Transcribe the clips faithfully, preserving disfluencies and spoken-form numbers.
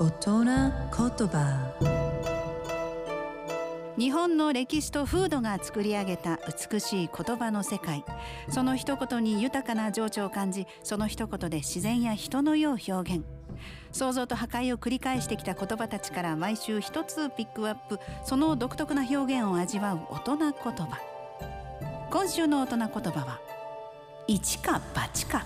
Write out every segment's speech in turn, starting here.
大人言葉。 日本の歴史と風土が作り上げた美しい言葉の世界。その一言に豊かな情緒を感じ、その一言で自然や人の世を表現。創造と破壊を繰り返してきた言葉たちから毎週一つピックアップ、その独特な表現を味わう大人言葉。今週の大人言葉は一か八か。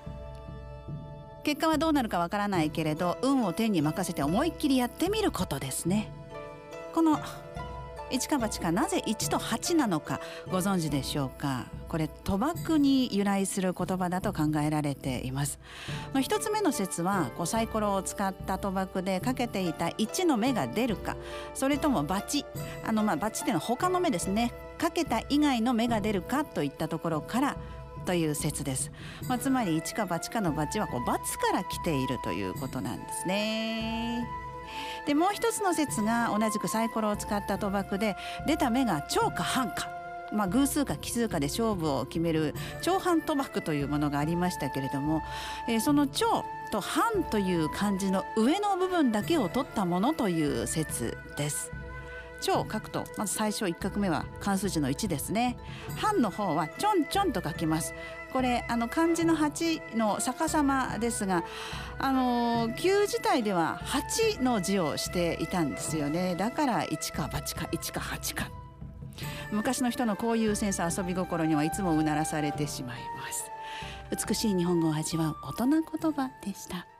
結果はどうなるかわからないけれど、運を天に任せて思いっきりやってみることですね。この一か八か、なぜいちとはちなのかご存知でしょうか。これ賭博に由来する言葉だと考えられています。一つ目の説はこうサイコロを使った賭博でかけていたいちの目が出るか、それともバチあのまあバチっていうのは他の目ですね、かけた以外の目が出るかといったところからという説です。まあ、つまりいちか八かのバチはこう罰から来ているということなんですね。でもう一つの説が同じくサイコロを使った賭博で出た目が長か半か、まあ、偶数か奇数かで勝負を決める長半賭博というものがありましたけれども、えー、その長と半という漢字の上の部分だけを取ったものという説です。長を書くとまず最初いっ画目は漢数字のいちですね。半の方はちょんちょんと書きます。これあの漢字のはちの逆さまですが、あの旧字体でははちの字をしていたんですよね。だからいちか八かいちかはちか。昔の人のこういうセンス、遊び心にはいつもうならされてしまいます。美しい日本語を味わう大人言葉でした。